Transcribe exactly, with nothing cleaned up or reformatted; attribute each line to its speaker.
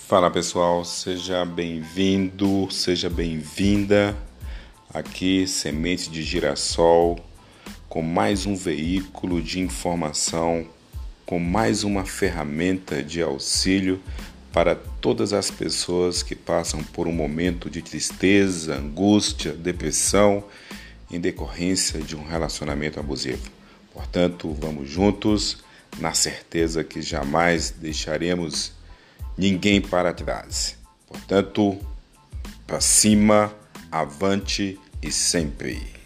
Speaker 1: Fala pessoal, seja bem-vindo, seja bem-vinda aqui, Semente de Girassol, com mais um veículo de informação, com mais uma ferramenta de auxílio para todas as pessoas que passam por um momento de tristeza, angústia, depressão em decorrência de um relacionamento abusivo. Portanto, vamos juntos, na certeza que jamais deixaremos ninguém para trás. Portanto, para cima, avante e sempre.